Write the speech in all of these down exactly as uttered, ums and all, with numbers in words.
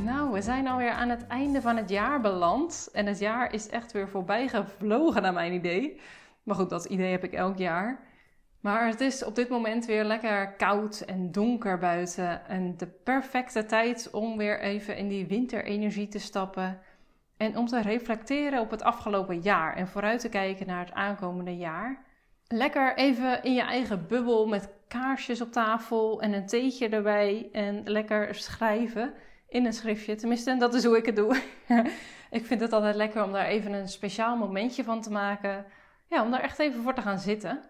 Nou, we zijn alweer aan het einde van het jaar beland. En het jaar is echt weer voorbij gevlogen naar mijn idee. Maar goed, dat idee heb ik elk jaar. Maar het is op dit moment weer lekker koud en donker buiten. En de perfecte tijd om weer even in die winterenergie te stappen. En om te reflecteren op het afgelopen jaar. En vooruit te kijken naar het aankomende jaar. Lekker even in je eigen bubbel met kaarsjes op tafel en een theetje erbij. En lekker schrijven in een schriftje. Tenminste, dat is hoe ik het doe. Ik vind het altijd lekker om daar even een speciaal momentje van te maken. Ja, om daar echt even voor te gaan zitten.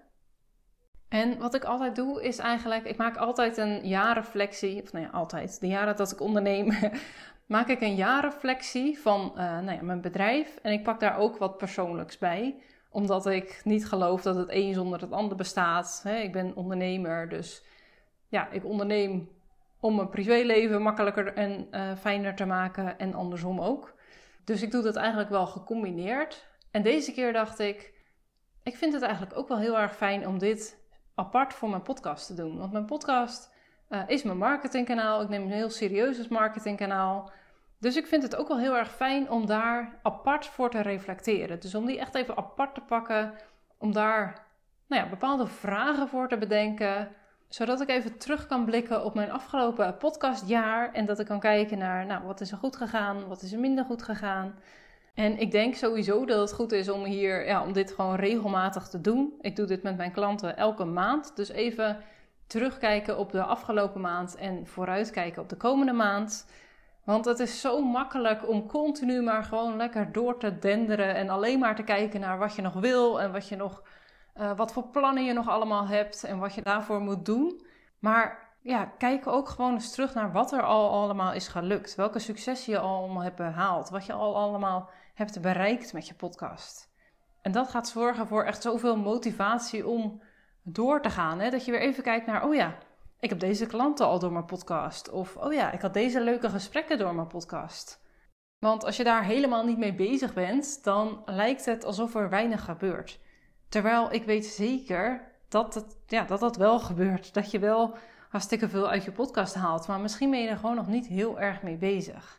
En wat ik altijd doe is eigenlijk, ik maak altijd een jaarreflectie. Of nou ja, altijd. De jaren dat ik onderneem, maak ik een jaarreflectie van uh, nou ja, mijn bedrijf. En ik pak daar ook wat persoonlijks bij. Omdat ik niet geloof dat het een zonder het ander bestaat. Ik ben ondernemer, dus ja, ik onderneem om mijn privéleven makkelijker en uh, fijner te maken en andersom ook. Dus ik doe dat eigenlijk wel gecombineerd. En deze keer dacht ik, ik vind het eigenlijk ook wel heel erg fijn om dit apart voor mijn podcast te doen. Want mijn podcast uh, is mijn marketingkanaal. Ik neem het heel serieus als marketingkanaal. Dus ik vind het ook wel heel erg fijn om daar apart voor te reflecteren. Dus om die echt even apart te pakken. Om daar nou ja, bepaalde vragen voor te bedenken. Zodat ik even terug kan blikken op mijn afgelopen podcastjaar. En dat ik kan kijken naar, nou, wat is er goed gegaan? Wat is er minder goed gegaan? En ik denk sowieso dat het goed is om hier, ja, om dit gewoon regelmatig te doen. Ik doe dit met mijn klanten elke maand. Dus even terugkijken op de afgelopen maand en vooruitkijken op de komende maand. Want het is zo makkelijk om continu maar gewoon lekker door te denderen. En alleen maar te kijken naar wat je nog wil en wat je nog, uh, wat voor plannen je nog allemaal hebt en wat je daarvoor moet doen. Maar ja, kijk ook gewoon eens terug naar wat er al allemaal is gelukt. Welke successen je al allemaal hebt behaald. Wat je al allemaal hebt bereikt met je podcast. En dat gaat zorgen voor echt zoveel motivatie om door te gaan. Hè? Dat je weer even kijkt naar, oh ja, ik heb deze klanten al door mijn podcast. Of, oh ja, ik had deze leuke gesprekken door mijn podcast. Want als je daar helemaal niet mee bezig bent, dan lijkt het alsof er weinig gebeurt. Terwijl ik weet zeker dat het, ja, dat dat wel gebeurt. Dat je wel hartstikke veel uit je podcast haalt. Maar misschien ben je er gewoon nog niet heel erg mee bezig.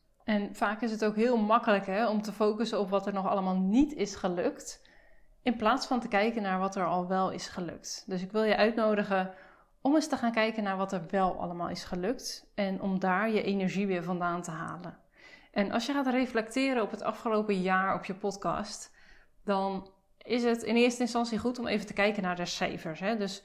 En vaak is het ook heel makkelijk hè, om te focussen op wat er nog allemaal niet is gelukt. In plaats van te kijken naar wat er al wel is gelukt. Dus ik wil je uitnodigen om eens te gaan kijken naar wat er wel allemaal is gelukt. En om daar je energie weer vandaan te halen. En als je gaat reflecteren op het afgelopen jaar op je podcast, dan is het in eerste instantie goed om even te kijken naar de cijfers. Hè? Dus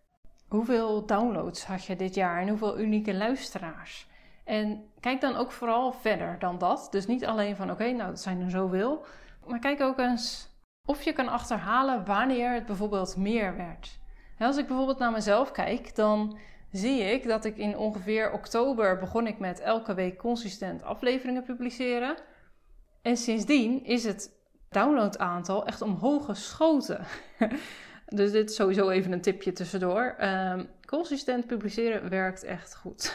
hoeveel downloads had je dit jaar en hoeveel unieke luisteraars? En kijk dan ook vooral verder dan dat. Dus niet alleen van oké, okay, nou dat zijn er zoveel. Maar kijk ook eens of je kan achterhalen wanneer het bijvoorbeeld meer werd. En als ik bijvoorbeeld naar mezelf kijk, dan zie ik dat ik in ongeveer oktober begon ik met elke week consistent afleveringen publiceren. En sindsdien is het downloadaantal echt omhoog geschoten. Dus dit is sowieso even een tipje tussendoor. Um, consistent publiceren werkt echt goed.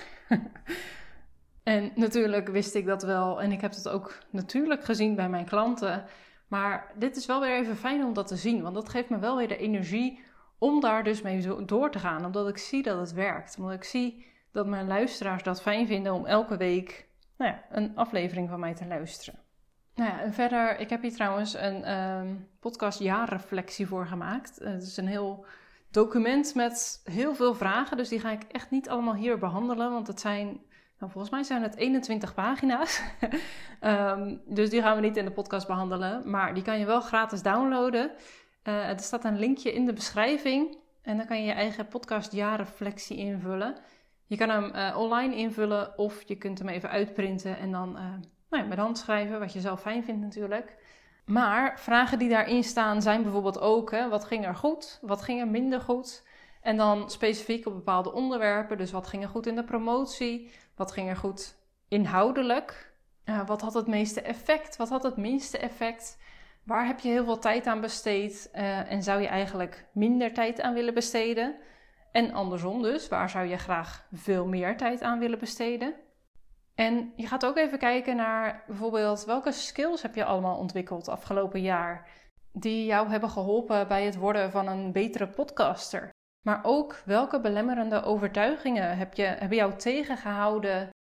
En natuurlijk wist ik dat wel. En ik heb het ook natuurlijk gezien bij mijn klanten. Maar dit is wel weer even fijn om dat te zien. Want dat geeft me wel weer de energie om daar dus mee door te gaan. Omdat ik zie dat het werkt. Omdat ik zie dat mijn luisteraars dat fijn vinden om elke week nou ja, een aflevering van mij te luisteren. Nou ja, en verder, ik heb hier trouwens een um, podcast jaarreflectie voor gemaakt. Uh, het is een heel document met heel veel vragen. Dus die ga ik echt niet allemaal hier behandelen. Want het zijn, nou, volgens mij zijn het eenentwintig pagina's. um, dus die gaan we niet in de podcast behandelen. Maar die kan je wel gratis downloaden. Uh, er staat een linkje in de beschrijving. En dan kan je je eigen podcast jaarreflectie invullen. Je kan hem uh, online invullen of je kunt hem even uitprinten en dan uh, nou ja, met hand schrijven, wat je zelf fijn vindt natuurlijk. Maar vragen die daarin staan zijn bijvoorbeeld ook, hè, wat ging er goed, wat ging er minder goed? En dan specifiek op bepaalde onderwerpen, dus wat ging er goed in de promotie, wat ging er goed inhoudelijk, uh, wat had het meeste effect, wat had het minste effect, waar heb je heel veel tijd aan besteed uh, en zou je eigenlijk minder tijd aan willen besteden? En andersom dus, waar zou je graag veel meer tijd aan willen besteden? En je gaat ook even kijken naar bijvoorbeeld welke skills heb je allemaal ontwikkeld afgelopen jaar die jou hebben geholpen bij het worden van een betere podcaster. Maar ook welke belemmerende overtuigingen heb je, hebben jou tegengehouden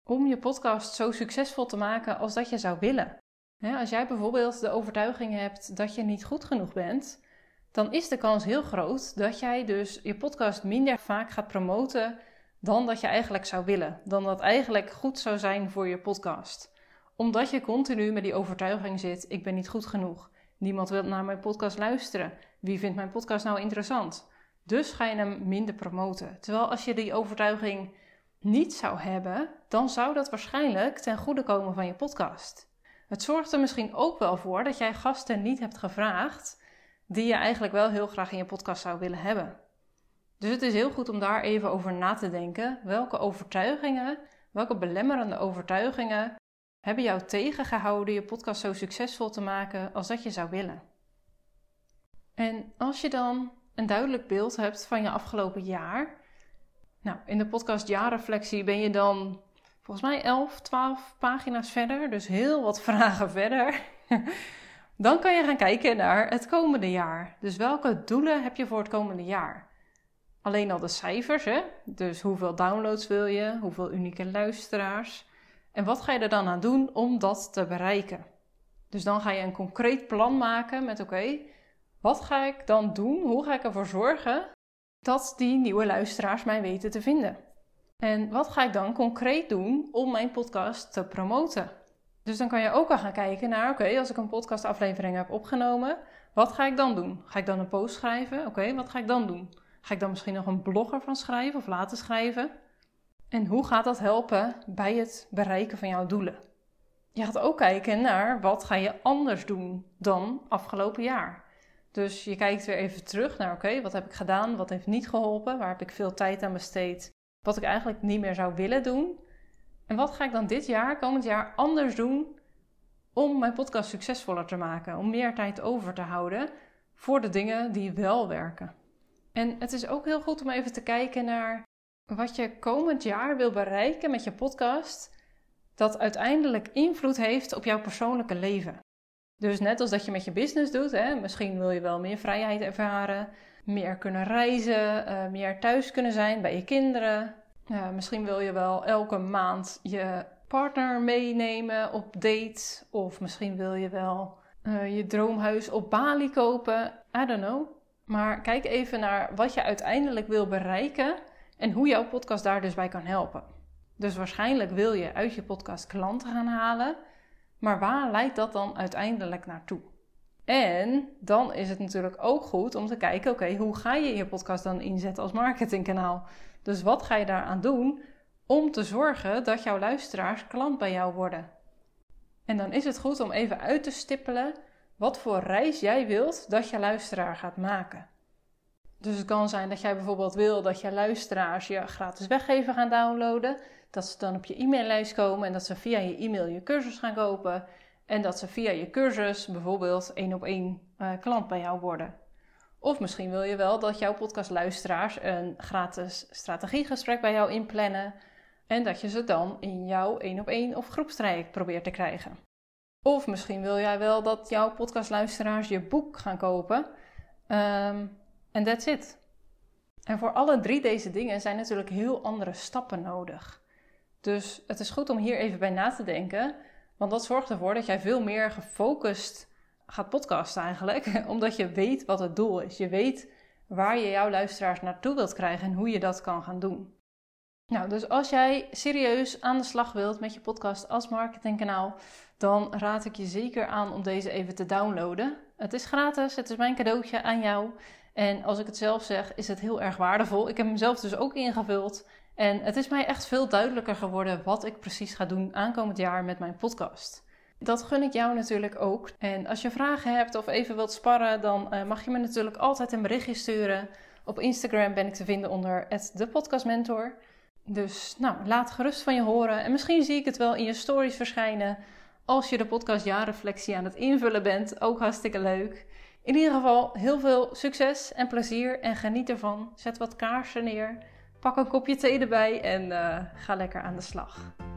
om je podcast zo succesvol te maken als dat je zou willen. Als jij bijvoorbeeld de overtuiging hebt dat je niet goed genoeg bent, dan is de kans heel groot dat jij dus je podcast minder vaak gaat promoten dan dat je eigenlijk zou willen. Dan dat eigenlijk goed zou zijn voor je podcast. Omdat je continu met die overtuiging zit, ik ben niet goed genoeg. Niemand wil naar mijn podcast luisteren. Wie vindt mijn podcast nou interessant? Dus ga je hem minder promoten. Terwijl als je die overtuiging niet zou hebben, dan zou dat waarschijnlijk ten goede komen van je podcast. Het zorgt er misschien ook wel voor dat jij gasten niet hebt gevraagd die je eigenlijk wel heel graag in je podcast zou willen hebben. Dus het is heel goed om daar even over na te denken. Welke overtuigingen, welke belemmerende overtuigingen hebben jou tegengehouden je podcast zo succesvol te maken als dat je zou willen? En als je dan een duidelijk beeld hebt van je afgelopen jaar. Nou, in de podcast Jaarreflectie ben je dan volgens mij elf, twaalf pagina's verder. Dus heel wat vragen verder. Dan kan je gaan kijken naar het komende jaar. Dus welke doelen heb je voor het komende jaar? Alleen al de cijfers, hè? Dus hoeveel downloads wil je? Hoeveel unieke luisteraars? En wat ga je er dan aan doen om dat te bereiken? Dus dan ga je een concreet plan maken met oké, okay, wat ga ik dan doen? Hoe ga ik ervoor zorgen dat die nieuwe luisteraars mij weten te vinden? En wat ga ik dan concreet doen om mijn podcast te promoten? Dus dan kan je ook al gaan kijken naar, oké, okay, als ik een podcastaflevering heb opgenomen, wat ga ik dan doen? Ga ik dan een post schrijven? Oké, okay, wat ga ik dan doen? Ga ik dan misschien nog een blog ervan schrijven of laten schrijven? En hoe gaat dat helpen bij het bereiken van jouw doelen? Je gaat ook kijken naar wat ga je anders doen dan afgelopen jaar. Dus je kijkt weer even terug naar, oké, okay, wat heb ik gedaan? Wat heeft niet geholpen? Waar heb ik veel tijd aan besteed? Wat ik eigenlijk niet meer zou willen doen? En wat ga ik dan dit jaar, komend jaar, anders doen om mijn podcast succesvoller te maken? Om meer tijd over te houden voor de dingen die wel werken. En het is ook heel goed om even te kijken naar wat je komend jaar wil bereiken met je podcast, dat uiteindelijk invloed heeft op jouw persoonlijke leven. Dus net als dat je met je business doet, hè, misschien wil je wel meer vrijheid ervaren, meer kunnen reizen, uh, meer thuis kunnen zijn bij je kinderen. Uh, misschien wil je wel elke maand je partner meenemen op date. Of misschien wil je wel uh, je droomhuis op Bali kopen. I don't know. Maar kijk even naar wat je uiteindelijk wil bereiken en hoe jouw podcast daar dus bij kan helpen. Dus waarschijnlijk wil je uit je podcast klanten gaan halen. Maar waar leidt dat dan uiteindelijk naartoe? En dan is het natuurlijk ook goed om te kijken, oké, okay, hoe ga je je podcast dan inzetten als marketingkanaal? Dus wat ga je daaraan doen om te zorgen dat jouw luisteraars klant bij jou worden? En dan is het goed om even uit te stippelen wat voor reis jij wilt dat je luisteraar gaat maken. Dus het kan zijn dat jij bijvoorbeeld wil dat je luisteraars je gratis weggever gaan downloaden. Dat ze dan op je e-maillijst komen en dat ze via je e-mail je cursus gaan kopen. En dat ze via je cursus bijvoorbeeld één op één uh, klant bij jou worden. Of misschien wil je wel dat jouw podcastluisteraars een gratis strategiegesprek bij jou inplannen. En dat je ze dan in jouw één op één of groepstraject probeert te krijgen. Of misschien wil jij wel dat jouw podcastluisteraars je boek gaan kopen. En um, that's it. En voor alle drie deze dingen zijn natuurlijk heel andere stappen nodig. Dus het is goed om hier even bij na te denken. Want dat zorgt ervoor dat jij veel meer gefocust gaat podcasten eigenlijk. Omdat je weet wat het doel is. Je weet waar je jouw luisteraars naartoe wilt krijgen en hoe je dat kan gaan doen. Nou, dus als jij serieus aan de slag wilt met je podcast als marketingkanaal, dan raad ik je zeker aan om deze even te downloaden. Het is gratis, het is mijn cadeautje aan jou. En als ik het zelf zeg, is het heel erg waardevol. Ik heb hem zelf dus ook ingevuld. En het is mij echt veel duidelijker geworden wat ik precies ga doen aankomend jaar met mijn podcast. Dat gun ik jou natuurlijk ook. En als je vragen hebt of even wilt sparren, dan uh, mag je me natuurlijk altijd een berichtje sturen. Op Instagram ben ik te vinden onder at de podcastmentor. Dus nou, laat gerust van je horen. En misschien zie ik het wel in je stories verschijnen als je de podcast Jaarreflectie aan het invullen bent. Ook hartstikke leuk. In ieder geval heel veel succes en plezier en geniet ervan. Zet wat kaarsen neer, pak een kopje thee erbij en uh, ga lekker aan de slag.